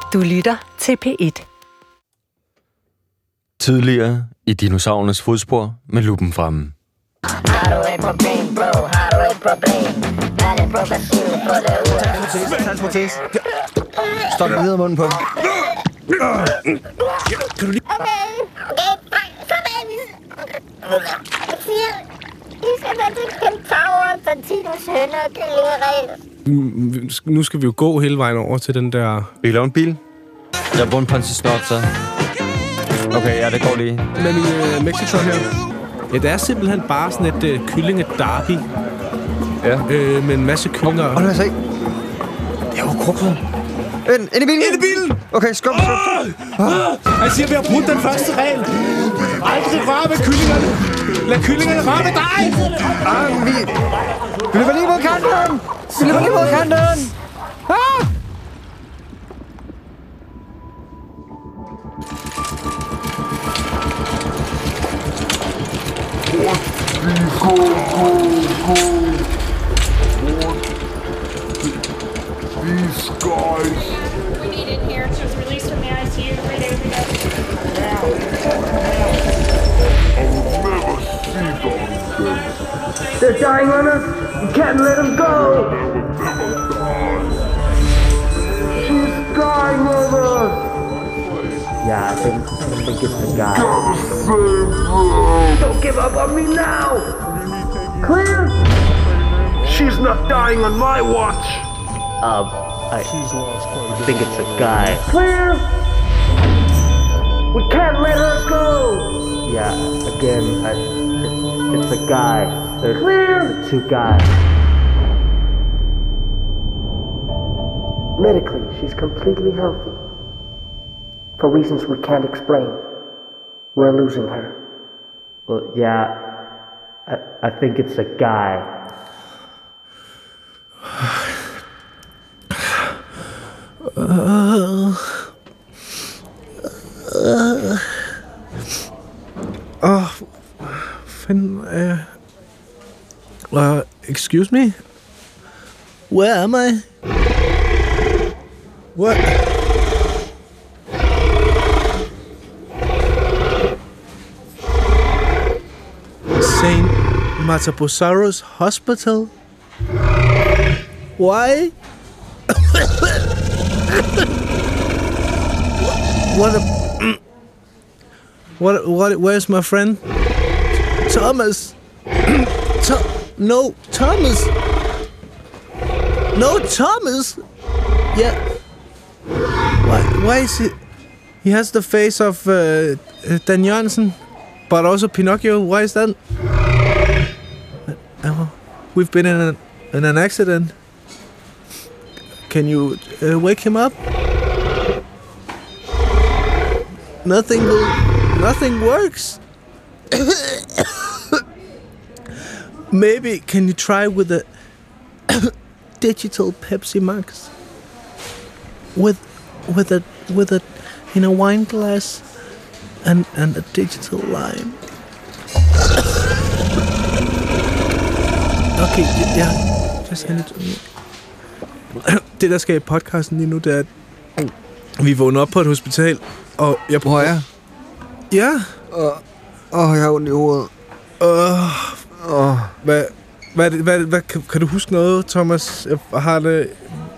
Du lytter til P1. Tidligere i dinosaurernes fodspor med luppen fremme. Har du et problem, bro? Har du et problem? Er det progressiv for det ud? Tag en protese. Stop ned af munden på. Kan du lige... Okay, så jeg siger, I skal være til kentauren, Tantinos hønner og kyllingeræs. Nu skal vi jo gå hele vejen over til den der... Vi kan lave en bil. Jeg bruger en punch snot, så... Okay, ja, det går lige. Med min Mexico her. Ja, det er simpelthen bare sådan et kyllinge-derby. Ja. Med en masse kyllinger. Hold nu, jeg se. Det er jo krukket. Ind i bilen! Ind i bilen! Okay, skub. Jeg siger, vi har brudt den første regel. Aldrig røre med kyllingerne. Lad kyllingerne røre med dig! Vi løber lige mod kanten! Vi løber lige mod kanten! Ah! These guys. We need in here. She was released from the ICU 3 days ago. I will never see them again. They're dying on us. You can't let them go. She's dying over us. Yeah, I think it's the guy. Don't give up on me now. Clear. She's not dying on my watch. I think it's a guy. Clear. We can't let her go. Yeah, again, it's a guy. There's clear. Two guys. Medically, she's completely healthy. For reasons we can't explain, we're losing her. Well, yeah, I think it's a guy. Excuse me? Where am I? What? St. Mataposaurus Hospital? Why? Where's my friend? Thomas! No, Thomas! No, Thomas! Yeah. Why is he... He has the face of Dan Jørgensen, but also Pinocchio. Why is that? We've been in an accident. Can you wake him up? Nothing works. Maybe can you try with a digital Pepsi Max? With a in a wine glass and a digital lime. Okay, ja. Just hand it to me. Det, der sker i podcasten lige nu, det er, at vi vågner op på et hospital, og jeg prøver... Hvor er jeg? Ja. Jeg har ondt i hovedet. Hvad kan du huske noget, Thomas? Jeg har det...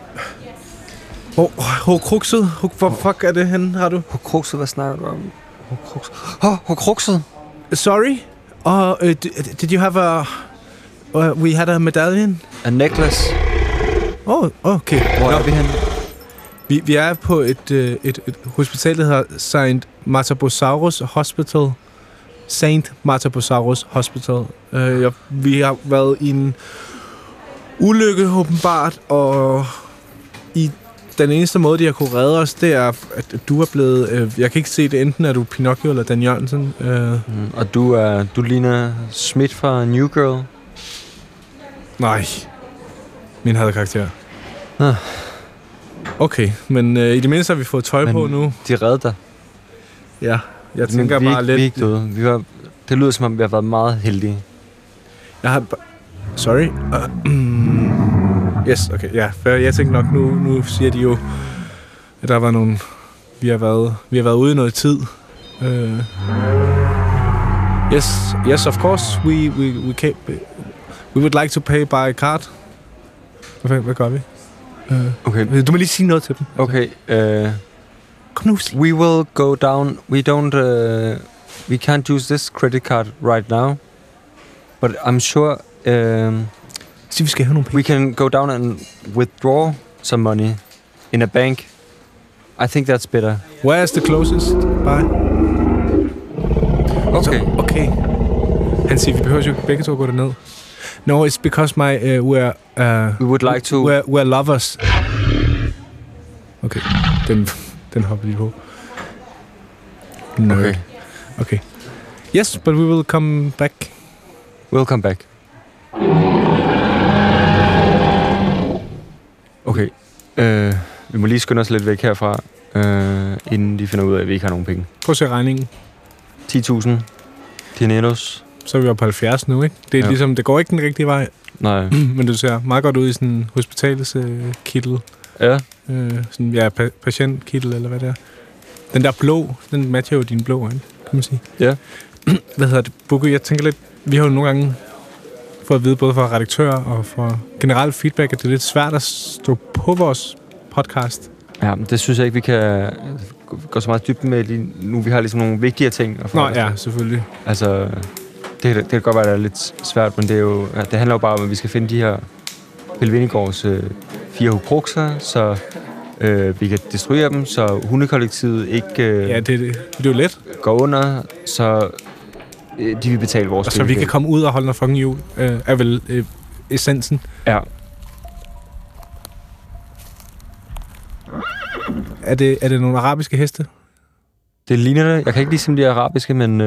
Horcruxet? Hvor fuck er det henne, har du? Horcruxet, hvad snakker du om? Horcruxet? Sorry? Did you have a... we had a medallion? A necklace. Okay. Hvor er vi henne? Vi er på et hospital, der hedder St. Mataposaurus Hospital. St. Mataposaurus Hospital. Vi har været i en ulykke, åbenbart, og i den eneste måde, de har kunne redde os, det er, at du er blevet... jeg kan ikke se det, enten er du Pinocchio eller Dan Jørgensen. Og du ligner Smith fra New Girl. Nej. Min hadkarakter. Ah. Okay, men i det mindste har vi fået tøj på nu. De reddede dig. Ja, jeg tænker bare lidt... Vi er ikke døde. Det lyder som om, vi har været meget heldige. Jeg har... Sorry. Yes, okay, ja. For jeg tænkte nok, nu siger de jo... Der var nogle... Vi har været ude i noget tid. Yes, of course. We would like to pay by card. Hvad gør vi? Okay. Du må lige sige noget til dem. Okay. Kom nu. We will go down. We don't. We can't use this credit card right now. But I'm sure. Sig, vi skal have nogle penge. We can go down and withdraw some money in a bank. I think that's better. Where is the closest? Bye. Okay. Okay. Han siger, vi behøver jo begge to at gå derned. No, it's because we would like to... We're lovers. Okay, den hopper lige på. Nerd. Okay. Yes, but we will come back. We'll come back. Okay. Vi må lige skynde os lidt væk herfra, inden de finder ud af, at vi ikke har nogen penge. Prøv at se regningen. 10.000 dineros. Så er vi oppe på 70 nu, ikke? Det er ligesom, det går ikke den rigtige vej. Nej. Men du ser meget godt ud i sådan en hospitalskittel. Ja. Sådan, ja, patientkittel, eller hvad det er. Den der blå, den matcher jo dine blå øjne, kan man sige. Ja. Hvad hedder det? Bukke, jeg tænker lidt, vi har jo nogle gange fået at vide, både fra redaktører og fra generelt feedback, at det er lidt svært at stå på vores podcast. Ja, men det synes jeg ikke, vi kan gå så meget dybt med lige nu. Vi har ligesom nogle vigtigere ting at få. Nå ja, selvfølgelig. Altså, det kan godt være, at det er lidt svært, men det, er jo, ja, det handler jo bare om, at vi skal finde de her Pelle Vindegårds 4 hukrukser, så vi kan destruere dem, så hundekollektivet ikke ja, det er jo let. Går under, så de vil betale vores og så vi kan komme ud og holde noget fucking jul, er vel essensen. Ja. Er det nogle arabiske heste? Det ligner det. Jeg kan ikke lide de arabiske, men...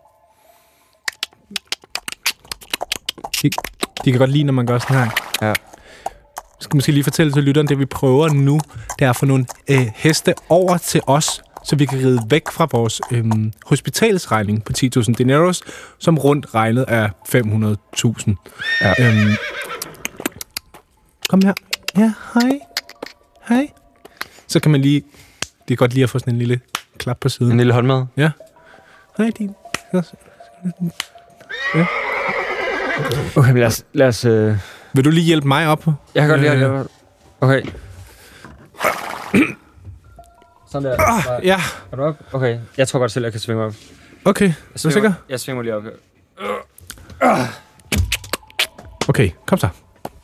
De kan godt lide, når man gør sådan her. Ja. Skal måske lige fortælle til lytteren, det vi prøver nu, det er at få nogle heste over til os, så vi kan ride væk fra vores hospitalsregning på 10.000 dineros, som rundt regnet er 500.000. Ja. Kom her. Ja, hej. Hej. Så kan man lige... Det er godt lige at få sådan en lille klap på siden. En lille håndmad? Ja. Hej, din. Ja. Okay, men lad os Vil du lige hjælpe mig op? Jeg kan godt lide okay. Sådan der. Ja. Er du op? Okay. Jeg tror godt selv, jeg kan svinge op. Okay, er du sikker? Jeg svinger lige op her. Okay, kom så.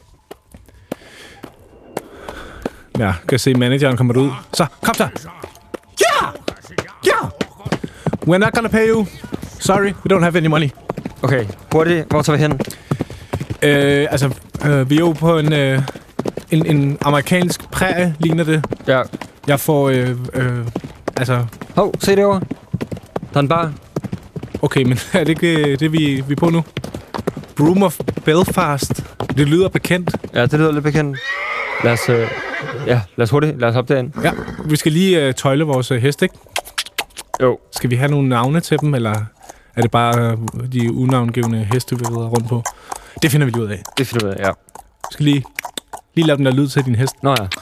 Ja, kan se, manageren kommer ud. Så, kom så! Ja! Ja! We're not gonna pay you. Sorry, we don't have any money. Okay, hurtigt. Hvor tager vi hen? Vi er jo på en amerikansk prærie, ligner det. Ja. Jeg får, Hov, se derovre. Der er en bar. Okay, men er det ikke det, vi er på nu? Broom of Belfast. Det lyder bekendt. Ja, det lyder lidt bekendt. Lad os hurtigt. Lad os hoppe derind. Ja, vi skal lige tøjle vores hest, ikke? Jo. Skal vi have nogle navne til dem, eller er det bare de unavngivende heste, vi rider rundt på? Det finder vi lige ud af. Det finder vi ud af, ja. Vi skal lige lave den der lyd til din hest. Nå ja.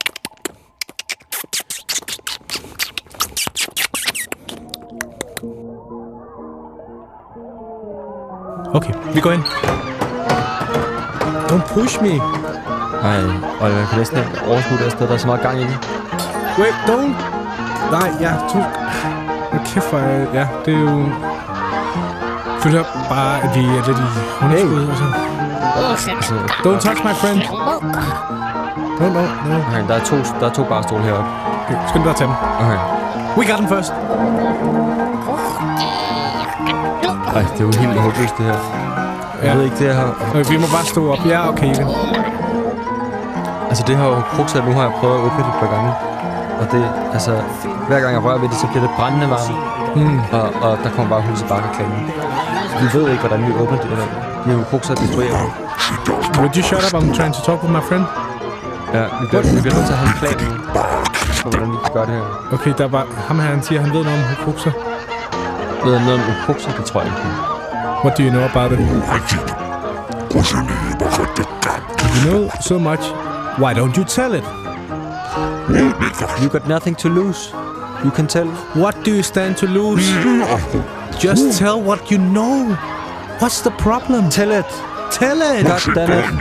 Okay, vi går ind. Don't push me. Nej, og jeg kan næsten ikke overskue det sted. Der er så meget gang i det. Wait, don't. Nej, ja, kæft for... Ja, det er jo... Jeg føler bare, at vi er lidt i underskud og så... Altså, Don't touch my friend. No. okay, der er to barstole heroppe. Okay, skynd dig at tage dem. Okay. We got them first. Ej, det er jo helt håbløst det her. Jeg ved ikke, det her... Okay, vi må bare stå op. Ja, okay, igen. Altså, det her krukser, nu har jeg prøvet at åbne det et par gange. Og det, altså, hver gang jeg rører ved det, så bliver det brændende varmt. Og der kommer bare hul til bakkerklagen. Vi ved ikke, hvordan vi åbner det her. Vi har jo krukser at destruere. Would you shut up? I'm trying to talk with my friend. Ja, vi bliver nødt til at have en plan for, hvordan vi kan gøre det her. Okay, der var... Ham her, han siger, han ved noget om krukser. Ved noget om krukser? Det tror jeg ikke. What do you know about it? You know so much. Why don't you tell it? You got nothing to lose. You can tell. What do you stand to lose? Just tell what you know. What's the problem? Tell it. Tell it. God damn it.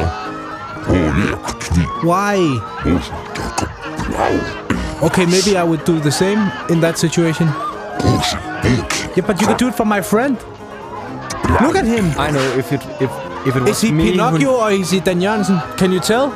Why? Okay, maybe I would do the same in that situation. Yeah, but you could do it for my friend. Look at him. I know if it was Is he me Pinocchio or is he Dan Jørgensen? Can you tell?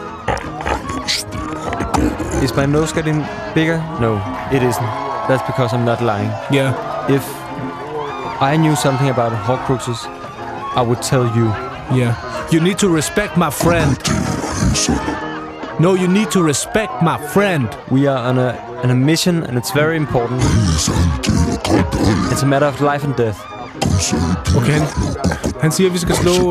Is my nose getting bigger? No, it isn't. That's because I'm not lying. Yeah. If I knew something about Horcruxes, I would tell you. Yeah. You need to respect my friend. No, you need to respect my friend. We are on a mission, and it's very important. It's a matter of life and death. Okay, han siger, at vi skal slå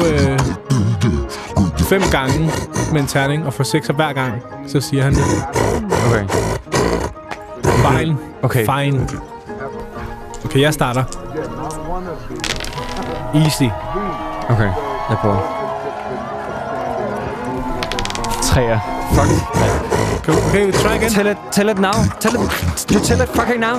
5 gange med en terning og få 6'er hver gang. Så siger han det. Okay. Fine. Okay. Fine. Okay, jeg starter. Easy. Okay, jeg prøver. 3'er. Fuck. Okay, try again. Tell it now. You tell it fucking now.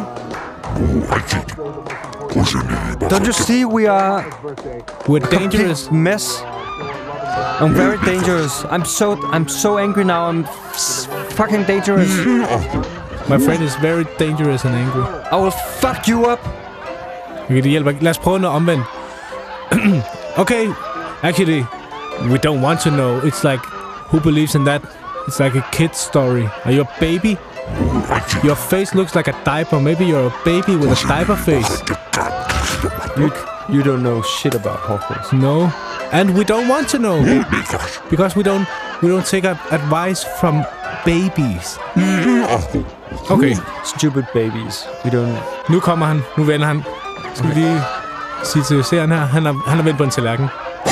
Don't you see We're dangerous. Big mess? I'm very dangerous. I'm so angry now. I'm fucking dangerous. My friend is very dangerous and angry. I will fuck you up. Okay, det hjælper ikke. Lad os prøve noget omvendt. Okay, actually, we don't want to know. It's like, who believes in that? It's like a kid's story. Are you a baby? Your face looks like a diaper. Maybe you're a baby with a diaper face. You don't know shit about Horcrux. No, and we don't want to know because we don't take advice from babies. Okay. Stupid babies. We don't. Nu kommer han. Nu vender han. Skal vi lige sige til seeren her. Han er vendt på en tallerken.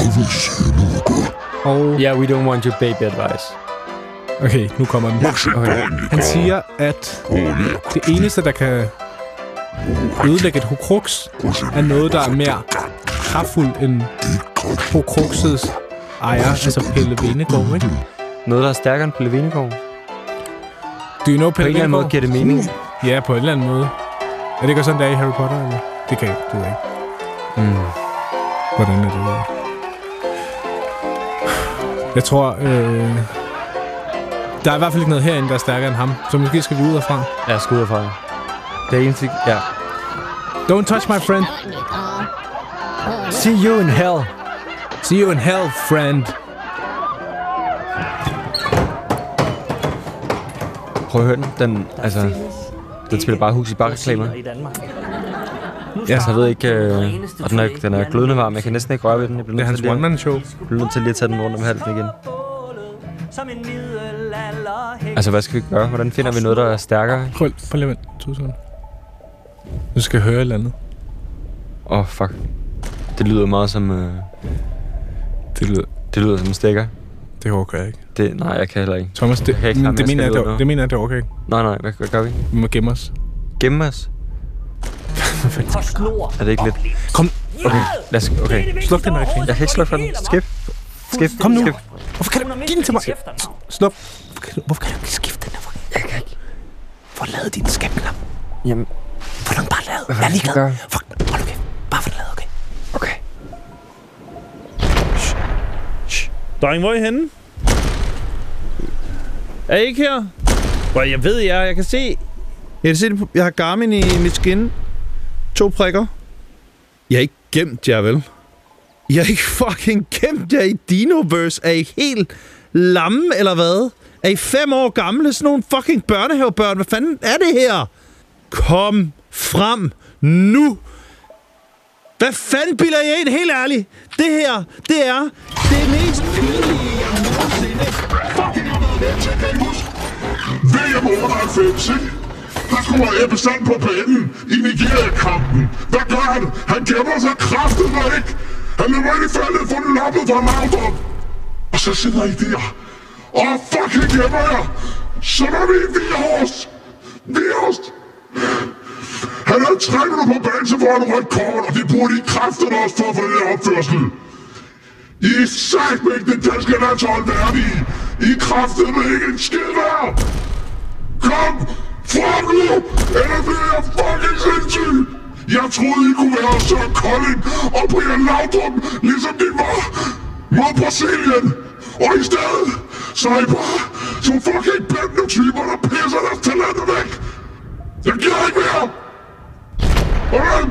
Og Yeah, we don't want your baby advice. okay, nu kommer den. Okay. Han siger, at det eneste, der kan ødelægge et Horcrux, er noget, der er mere kraftfuldt end Horcruxets ejer, altså Pelle Venegård, ikke? Noget, der er stærkere end Pelle Venegård. Do you know På en Pelle eller anden måde Venegård? giver det mening. Ja, på en eller anden måde. Er det ikke sådan, der er i Harry Potter, eller? Det kan jeg ikke. Hvordan er det? Jeg tror, der er i hvert fald ikke noget herinde, der er stærkere end ham. Så måske skal vi ud herfra. Ja, skud herfra. Det er eneste... Ja. Don't touch my friend. See you in hell. See you in hell, friend. Prøv at høre den. Den spiller bare hus i bakreklamer. Ja. Altså, jeg ved ikke... og den er glødende varm. Jeg kan næsten ikke røre ved den. Det er hans one-man-show. Jeg bliver nødt til lige at tage den rundt om halsen igen. Altså, hvad skal vi gøre? Hvordan finder vi noget, der er stærkere? Prøv lige at vente. 2 sekunder. Du skal høre et eller andet. Fuck. Det lyder meget som... Det lyder som en stikker. Det orker jeg ikke. Nej, jeg kan heller ikke. Thomas, det mener jeg, det orker jeg ikke. Nej, hvad gør vi? Vi må gemme os. Gemme os? Er det ikke lidt... Kom. Okay. Sluk den, Jeg kan ikke slukke for den. Skip. Kom nu. Skip. Hvorfor kan du give den til mig? Sluk. Hvorfor kan du ikke skifte den her? Jeg kan ikke. Få lavet din skabknap. Jamen... Få den bare lavet. Hvad skal jeg gøre? Hold okay. Bare få den lavet, okay? Okay. Dreng, hvor er I henne? Er I ikke her? Jeg ved jeg kan se... Jeg kan se det. Jeg har Garmin i mit skin. 2 prikker. Jeg har ikke gemt jer, vel? Jeg har ikke fucking gemt jer i Dinoverse. Er I helt lamme, eller hvad? Er I 5 år gamle? Sådan nogle fucking børnehavebørn. Hvad fanden er det her? Kom frem nu! Hvad fanden bilder jeg ind? Helt ærligt. Det her, det er det mest pinlige, jeg nogensinde fucking har været med til, kan I huske? VM 98, ikke? Der skulle Ebbe Sand på banen i Nigeria-kampen. Hvad gør han? Han gemmer sig kraftedeme ikke. Han løber ind i feltet for den lappet fra Laudrup. Og så sidder I der. Fucking gemmer jeg. Så er vi i Virhorst. Han havde 3 minutter på banen, så får han rødt kort, og det burde I kræfterne også for at få den opførsel. I er sagt ikke det danske landshold værdige. I kræftede med ikke en skid værd. Kom! Frem nu! Eller bliver jeg fucking sindssyg! Jeg troede, I kunne være Søren Kolding og Brian Laudrup, ligesom de var mod Brasilien. Og i stedet, så er I bare så fucking bændende typer, der pisser deres talenter væk. Jeg gider ikke mere! Hvordan?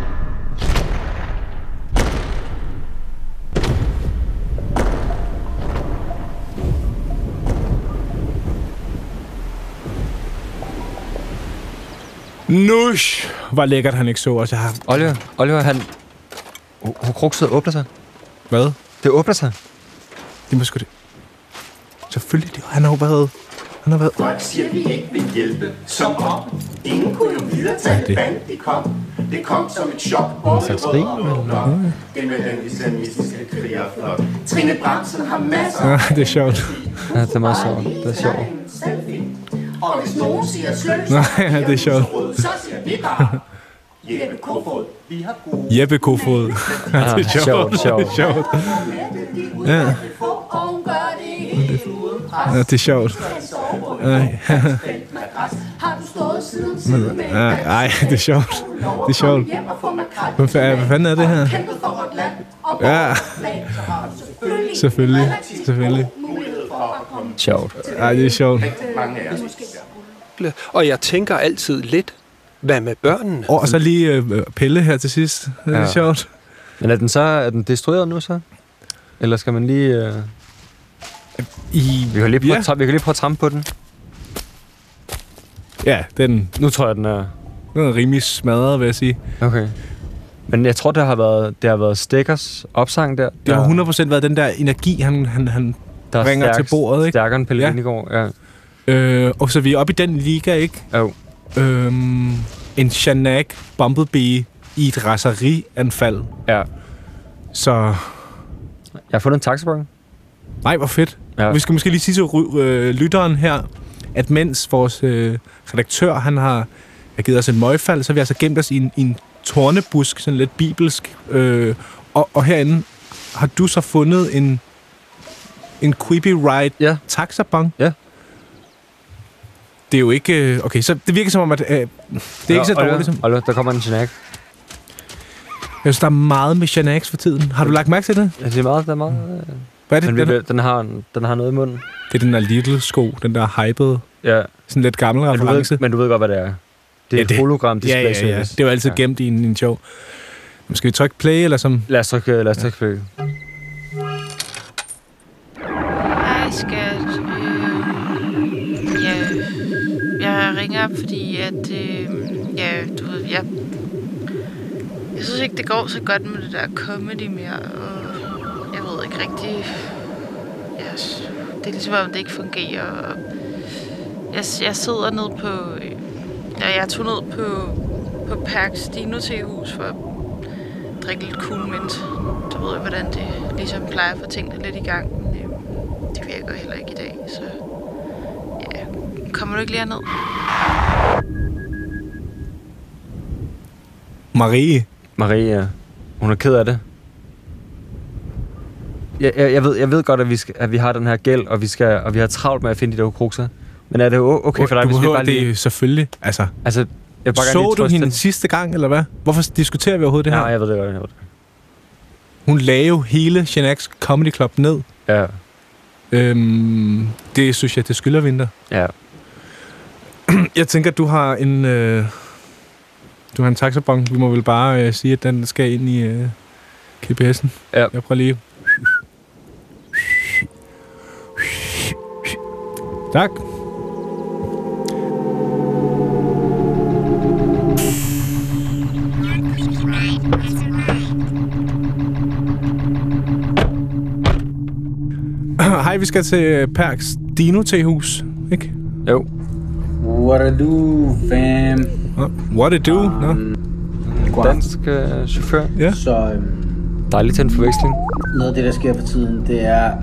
Nush! Hvor lækkert han ikke så os. Oliver, han... Horcruxet åbner sig. Hvad? Det åbner sig. Det må sgu det. Selvfølgelig. Han har været... Folk siger, vi ikke vil hjælpe, som om ingen kunne jo videre tage det band, det kom som et chok, både i rød og blå blok. Det med den islamistiske krigerflok. Trine Bramsen har masser af... det er sjovt. Ja, det er meget sjovt. Det er sjovt. Og hvis nogen siger sløs, ja, det er sjovt. Så siger vi bare... Jeppe Kofod, vi har gode... Jeppe Kofod. Det er sjovt. Sjovt. Det er sjovt. Ja. Ja, det er sjovt. Har du stået side om side med... Nej, det er sjovt. Det er sjovt. Hvad fanden er det her? Ja. Selvfølgelig. Sjovt. Nej, det er sjovt. Og jeg tænker altid lidt, hvad med børnene? Og så lige Pelle her til sidst. Det er sjovt. Men er den destrueret nu så? Eller skal man lige... Vi kan lige prøve at trampe på den. Ja, den... Nu tror jeg, den er rimelig smadret, vil jeg sige. Okay. Men jeg tror, det har været Stickers opsang der. Det har 100% været den der energi, han bringer til bordet, ikke? Stærkere end Pelle Vindegård, ja. Og så vi er oppe i den liga, ikke? Jo. En Shanak Bumblebee i et raserianfald. Ja. Så... Jeg har fundet en taxabon. Nej, hvor fedt. Ja. Vi skal måske lige sige til lytteren her, at mens vores redaktør, han har givet os en møgfald, så har vi altså gemt os i en tornebusk, sådan lidt bibelsk. Og herinde har du så fundet en Quibi Ride taxabon. Ja. Det er jo ikke... Okay, så det virker som om, at det er ikke så dårligt. Oliver, der kommer en Shanak. Jeg synes, der er meget med Shanaks for tiden. Har du lagt mærke til det? Ja, det er meget. Hvad er det? Den har noget i munden. Det er den der Lidl-sko, den der hypede. Ja. Sådan lidt gammel reference. Men du ved godt, hvad det er. Det er et hologram display service. Ja. Det er jo altid gemt i en show. Skal vi trykke play, eller som... Lad os trykke play. Hej, skat. Jeg ringer op, fordi at... du ved, jeg synes ikke, det går så godt med det der comedy mere, og jeg ved ikke rigtig... Det er ligesom, om det ikke fungerer, og jeg sidder ned på... Jeg tog ned på Perks Dino-tehus for at drikke lidt cool mint. Så ved jeg, hvordan det ligesom plejer at få tingene lidt i gang, men det virker heller ikke i dag, så... Ja, kommer du ikke lige herned? Marie, ja. Hun er ked af det. Jeg ved godt, at vi har den her gæld, og vi har travlt med at finde de der Horcruxer. Men er det okay for dig, hvis vi bare lige... Det selvfølgelig. Altså jeg bare så du hende sidste gang, eller hvad? Hvorfor diskuterer vi overhovedet det her? Ja, jeg ved det godt. Hun lagde jo hele Shanaks Comedy Club ned. Ja. Det synes jeg, det skylder vinter. Ja. Jeg tænker, du har en taxabon. Vi må vel bare sige, at den skal ind i GPS'en. Ja. Jeg prøver lige. Tak. Hej, vi skal til Perks Dino-tehus, ikke? Jo. What it do, fam? What it do? Dansk chauffør. Ja. Så dejligt til en forveksling. Noget af det, der sker for tiden, det er,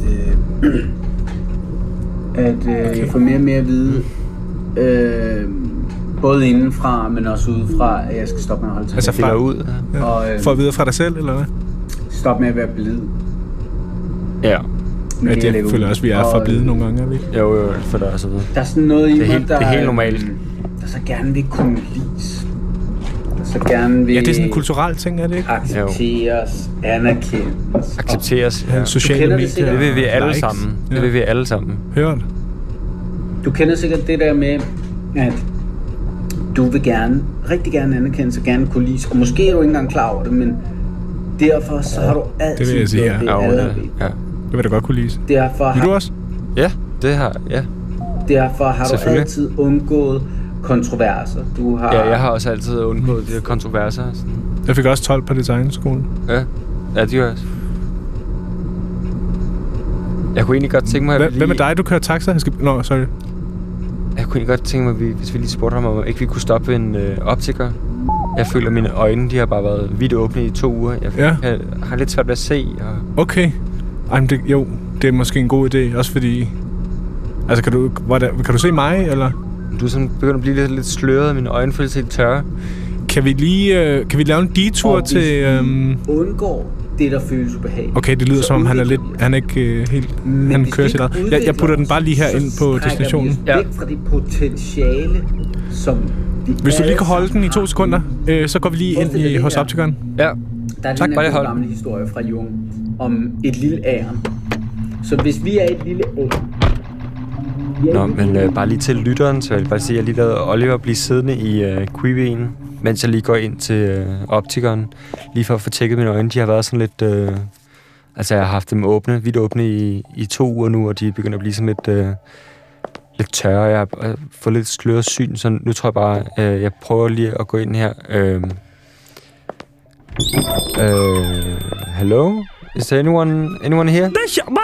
at jeg får mere og mere at vide, både indenfra, men også udefra, at jeg skal stoppe med at holde til. Altså fra ud? Ja. For at vide fra dig selv, eller hvad? Stop med at være blid. Ja. med det, jeg jeg lægger føler ud. også, vi er for blide nogle gange, er vi ikke? Jo, jeg føler også ved. Der er sådan noget i mig, det er helt normalt. Der så gerne vil kunne lide. Der så gerne vil... Ja, det er sådan en kulturel ting, er det ikke? Accepteres, anerkendes. Accepteres, ja. Sociale medier. Det vil vi alle likes. sammen. Ja. Det vil vi alle sammen. Hør det. Du kender sikkert det der med, at du vil gerne, rigtig gerne anerkendes og gerne kunne lide, og måske er du ikke engang klar over det, men derfor så har du altid Det vil jeg sige, ja. gjort Ja, allervigtigste. ja. Det vil jeg da godt kunne lide. Derfor Vil du også? Ja, det har ja. Derfor har du Selvfølgelig. altid undgået kontroverser. Du har... Ja, jeg har også altid undgået de her kontroverser. Sådan. Jeg fik også 12 på designskolen. Ja, det gør jeg også. Jeg kunne egentlig godt tænke mig... Hvem er dig, du kører taxa? Nå, sorry. Jeg kunne egentlig godt tænke mig, hvis vi lige spurgte ham, om ikke vi kunne stoppe ved en optiker. Jeg føler, at mine øjne de har bare været vidt åbne i 2 uger. Jeg har lidt svært ved at se. Og... Okay. Ej, det er måske en god idé, også fordi... Altså, kan du se mig, eller? Du er sådan begyndt at blive lidt sløret, mine øjne føles helt tørre. Kan vi lave en detur og til... undgår det, der føles ubehageligt. Okay, det lyder som om, han er ikke helt... Han kører sit eget. Jeg putter den bare lige her ind på destinationen. Væk fra det potentiale, som... Hvis du lige kan holde den i 2 sekunder, så går vi lige ind hos optikeren. Ja. Der er tak, den her gamle historie fra Jung om et lille æren. Så hvis vi er et lille æren... Nå, men bare lige til lytteren, så jeg vil bare sige, at jeg lige lavede Oliver blive siddende i Quibi'en, mens jeg lige går ind til optikeren, lige for at få tjekket mine øjne. De har været sådan lidt... altså, jeg har haft dem vidt åbne i 2 uger nu, og de er begyndt at blive sådan lidt tørre. Jeg har fået lidt sløret syn, så nu tror jeg bare, jeg prøver lige at gå ind her. Hello? Is there anyone here?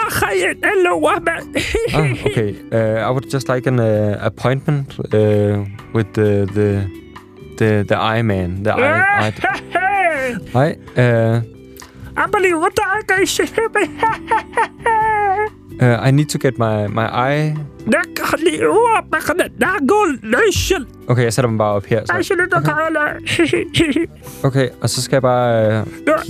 Okay. I would just like an appointment with the eye man. The eye. Hi. I need to get my eye. Okay, jeg sætter mig bare op her. Så. Okay, og så skal jeg bare...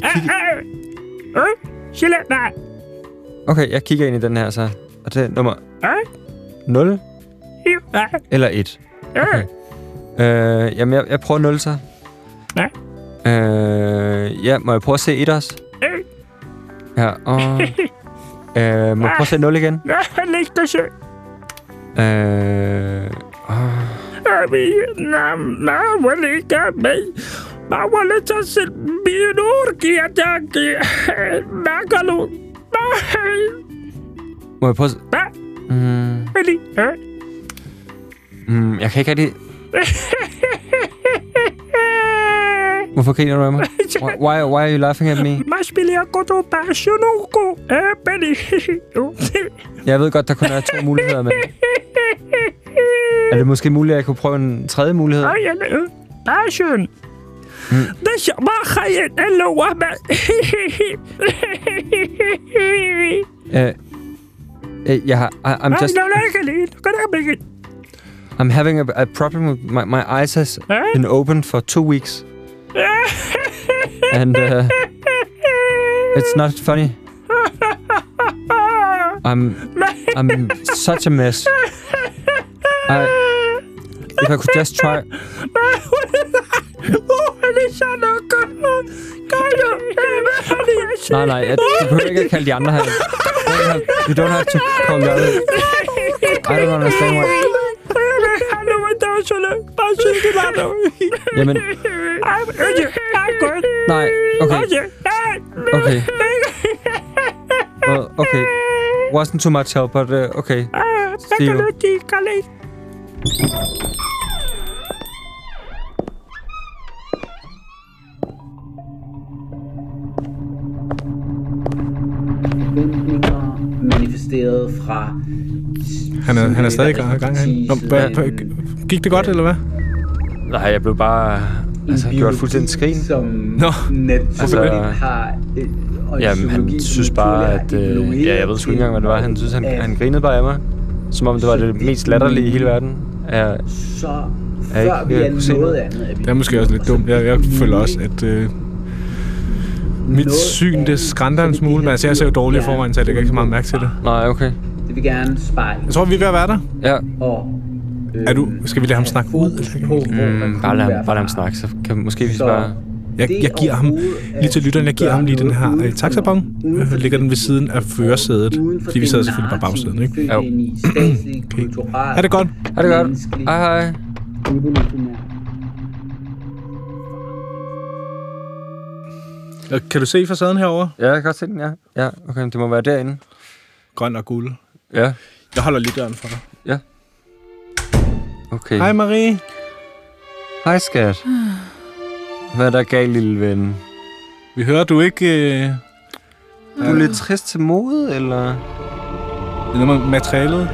Okay, jeg kigger ind i den her så. Og det er nummer 0 eller 1. Okay. Jamen, jeg prøver 0 så. Ja, må jeg prøve at se 1 også? Ja, og... må jeg prøve at se 0 igen? Må jeg prøve at... jeg kan ikke rigtig... Hvorfor griner du af mig? Why are you laughing at me? Jeg ved godt, der kun er 2 muligheder, men... Er det måske muligt, at jeg kunne prøve en 3. mulighed? Passion. I'm having a problem with my eyes has been open for 2 weeks. And it's not funny. I'm such a mess. If I could just try. Nej, du behøver ikke at kalde de andre her. You don't have to call the other. I don't understand why. Jamen. Nej, okay. Okay. Well, okay. Wasn't too much help, but okay. See you. Manifesteret fra... Han er stadig i gang. Gik det godt, eller hvad? Nej, jeg blev bare... Altså, gjort fuldstændig skrin. Nå, altså, han synes bare, at... jeg ved sgu ikke engang, hvad det var. Han synes, han grinede bare af mig. Som om det var det mest latterlige i hele verden. Så før vi er noget andet. Det er måske også lidt dumt. Jeg føler også, at... Mit syn, det skrænder en smule, men altså, jeg ser jo dårligt i forvejen, så jeg lægger ikke så meget mærke til det. Nej, okay. Det vil gerne spejle. Jeg tror, vi er ved at være der. Ja. Og, skal vi lade ham snakke ud? Bare lad ham snakke, så kan måske vi bare... Jeg giver ham, lige til lytteren, jeg giver ham lige den her taxabon. Jeg lægger den ved siden af førersædet, fordi vi sidder selvfølgelig bare bagsæden, ikke? Jo. Okay. Ha' det godt. Ha' det godt. Hej hej. Kan du se facaden herovre? Ja, jeg kan godt se den, ja. Ja, okay, det må være derinde. Grøn og guld. Ja. Jeg holder lige døren for dig. Ja. Okay. Hej Marie. Hej skat. Hvad er der galt, lille ven? Vi hører, du ikke... Du er lidt trist til mode, eller? Det er noget med materialet.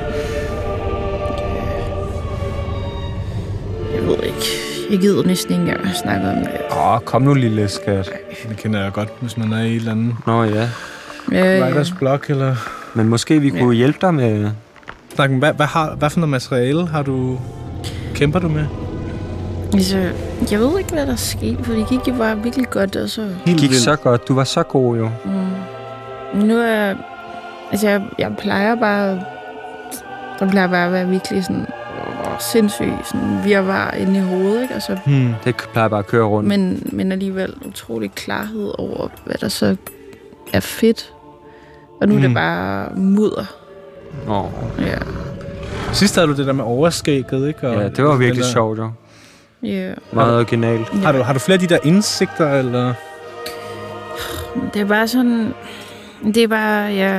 Jeg ved ikke. Jeg gider næsten ikke engang at snakke om det. Kom nu, lille skat. Det kender jeg godt, hvis man er i et eller andet... Nå ja. Writers blog, eller... Men måske vi kunne hjælpe dig med... Snakken, hvad for noget materiale kæmper du med? Altså, jeg ved ikke, hvad der skete, for det gik jo bare virkelig godt, og så... Det gik så godt. Du var så god, jo. Nu er jeg... Altså, jeg plejer bare... Der plejer bare at være virkelig sådan... sindssyg, sådan virvar inde i hovedet, ikke? Altså, det plejer bare at køre rundt. Men alligevel utrolig klarhed over, hvad der så er fedt. Og nu er det bare mudder. Ja. Sidst havde du det der med overskægget, ikke? Og ja, det var virkelig sjovt, jo. Yeah. Meget originalt. Har du flere af de der indsigter, eller? Det er bare sådan... Det er bare... Ja,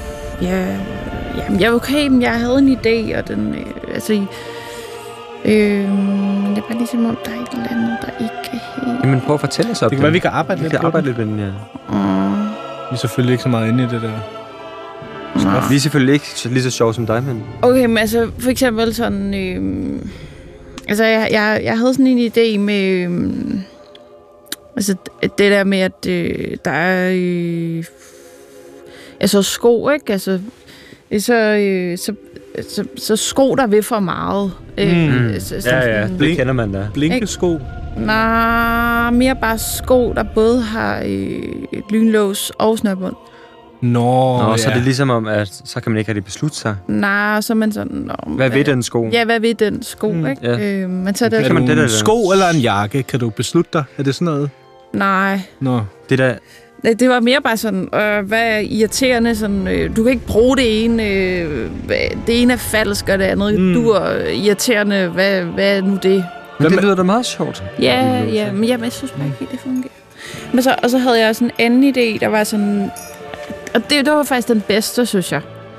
okay, men jeg havde en idé, og den... men det er bare ligesom om, der er et eller andet, der ikke er helt... Jamen, prøv at fortælle os om det. Det kan være, vi kan arbejde lidt på den, ja. Vi er selvfølgelig ikke så meget inde i det der. Vi er selvfølgelig ikke lige så sjove som dig, men... Okay, men altså, for eksempel sådan... jeg havde sådan en idé med... altså, det der med, at der er... altså, sko, ikke? Altså, så sko, der vil for meget. Det kender man da. Blinkesko? Nej, mere bare sko, der både har lynlås og snørbånd. Nå, så er det ligesom om, at så kan man ikke rigtig beslutte sig. Nej, så er man sådan... Hvad ved den sko? Ja, hvad ved den sko, ikke? Ja. Men så er det... Kan man det sko eller en jakke? Kan du beslutte dig? Er det sådan noget? Nej. Nå. Det der... Det var mere bare sådan, hvad er irriterende, sådan, du kan ikke bruge det ene, det ene er falsk, og det andet du er irriterende, hvad er nu det? Men det lyder da meget sjovt. Ja, men jeg synes bare ikke helt, det fungerer. Men så havde jeg sådan en anden idé, der var sådan, og det var faktisk den bedste, synes jeg.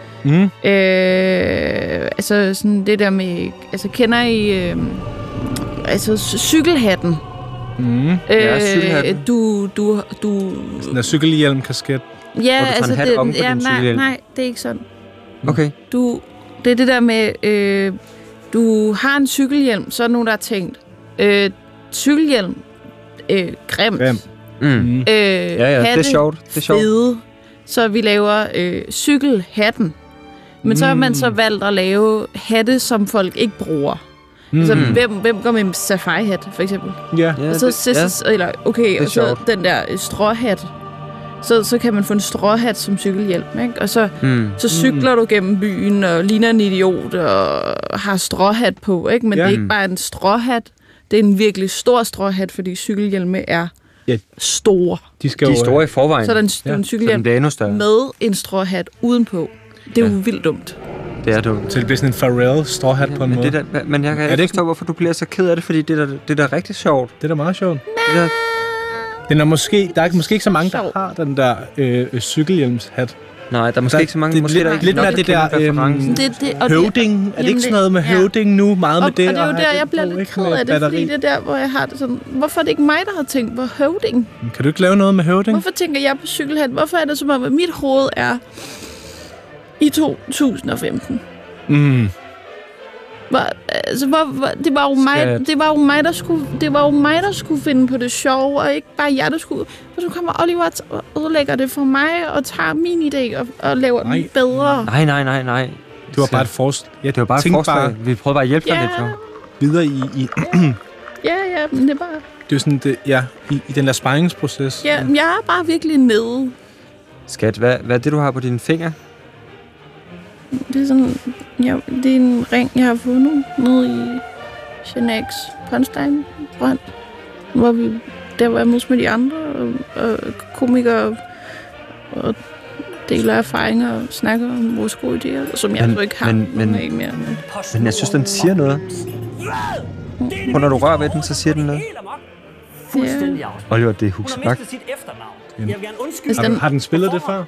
Altså sådan det der med, altså kender I, altså cykelhatten? Cykelhatten. Du sådan en cykelhjelm-kasket. Ja, og du altså hat om på din cykelhjelm. Nej, det er ikke sådan. Okay. Det er det der med, du har en cykelhjelm, så er nogen, der har tænkt, cykelhjelm, grimt. Ja, det er sjovt. Det er sjovt. Fede. Så vi laver cykelhatten. Men så har man så valgt at lave hatte, som folk ikke bruger. Altså, hvem går med en safari-hat, for eksempel? Ja. Eller, okay, og så den der stråhat. Så kan man få en stråhat som cykelhjelm, ikke? Og så cykler du gennem byen og ligner en idiot og har stråhat på, ikke? Men det er ikke bare en stråhat. Det er en virkelig stor stråhat, fordi cykelhjelme er store. De er store i forvejen. Så er der en cykelhjelm med en stråhat udenpå. Det er jo vildt dumt. Det er dumt. Så det bliver sådan en Pharrell-stråhat på en måde. Men jeg kan ikke forstå, hvorfor du bliver så ked af det, fordi det er da rigtig sjovt. Det er da meget sjovt. Der er måske ikke så mange, der har den der cykelhjelmshat. Nej, der er måske ikke så mange. Lidt mere det der høvding. Er det ikke sådan noget med høvding nu? Meget med det. Og det er jo der, jeg bliver lidt ked af det, fordi det er der, hvor jeg har det sådan... Hvorfor er det ikke mig, der har tænkt på høvding? Kan du ikke lave noget med høvding? Hvorfor tænker jeg på cykelhat? Hvorfor er det som om, at mit hoved er i 2015? Det var jo mig, der skulle finde på det sjove, og ikke bare jeg, der skulle... Og så kommer Oliver og ødelægger det for mig, og tager min idé og laver den bedre. Nej. Det var bare et forslag. Ja, det var bare et forslag. Vi prøvede bare at hjælpe dig lidt, jo. Videre i... Ja, men det er bare... Det jo sådan, i den der sparringsproces. Ja, jeg er bare virkelig nede. Skat, hvad er det, du har på dine fingre? Det er sådan... Ja, det er en ring, jeg har fundet nede i Genaks Ponstein-brønd, hvor jeg mødes med de andre og komikere og deler erfaringer og snakker om vores gode idéer, som jeg ikke har ikke mere. Men jeg synes, den siger noget. Og når du rører ved den, så siger den noget. Ja. Oliver, det er Huxebak. Har den spillet det før?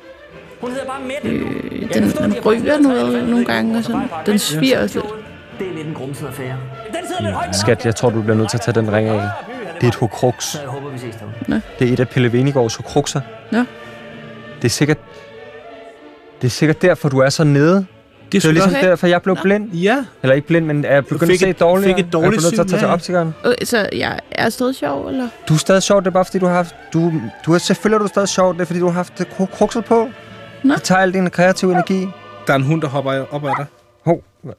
Den ryger nogle gange, og sådan. Den sviger også lidt. Det er lidt en grumset affære. Skat, jeg tror, du bliver nødt til at tage den ring af. Det er et Horcrux. Så jeg håber, vi ses derude. Nå. Det er et af Pelle Venegårds Horcruxer. Nå. Det er sikkert derfor, du er så nede. Det er ligesom derfor, jeg blev blind. Ja. Eller ikke blind, men er begyndt at se dårligere. Fik et dårligt syn. Jeg er nødt til at tage til optikeren. Så jeg er stadig sjov, eller? Du er stadig sjov, det er bare fordi, du har haft... Selvfølgelig er du stadig sjov, det er fordi, du har haft Horcruxet på. Nå. Det tager al din kreative energi. Der er en hund, der hopper op ad dig. Hov.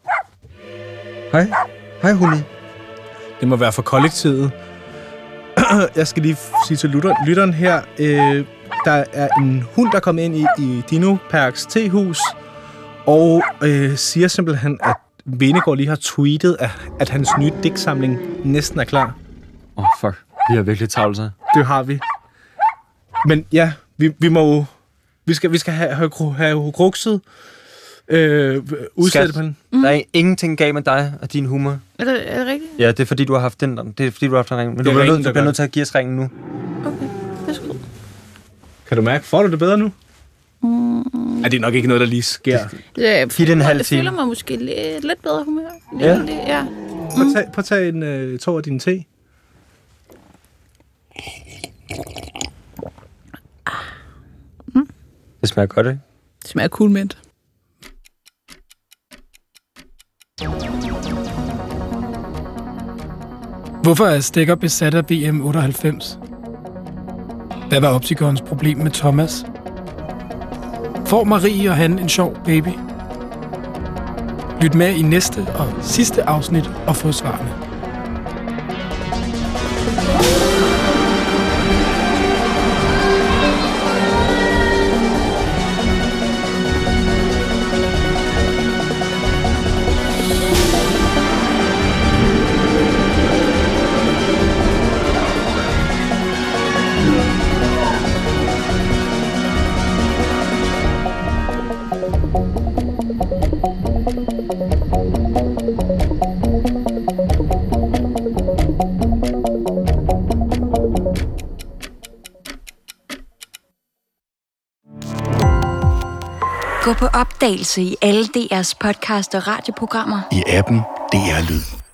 Hej, hunde. Det må være for kollektivet. Jeg skal lige sige til lytteren her, der er en hund, der kommer ind i Dino Perks tehus, og siger simpelthen, at Venegård lige har tweetet, at hans nye digtsamling næsten er klar. Fuck. Vi har virkelig travlt så. Det har vi. Men ja, vi må... Vi skal have Horcruxet udsætte på den. Der er ingenting galt med dig og din humor. Er det rigtigt? Ja, det er fordi, du har haft den. Det er fordi, du har haft den ring. Men du bliver nødt til at give os ringen nu. Okay, det er sgu. Kan du mærke, får du det bedre nu? Er det nok ikke noget, der lige sker? Jeg føler mig måske lidt bedre humør. Ja. Prøv at tage en tår af din te. Det smager godt, ikke? Det smager cool mint. Hvorfor er Stikker besat af BM 98? Hvad var optikerens problem med Thomas? Får Marie og han en sjov baby? Lyt med i næste og sidste afsnit og få svarene. Gå på opdagelse i alle DR's podcast og radioprogrammer. I appen DR Lyd.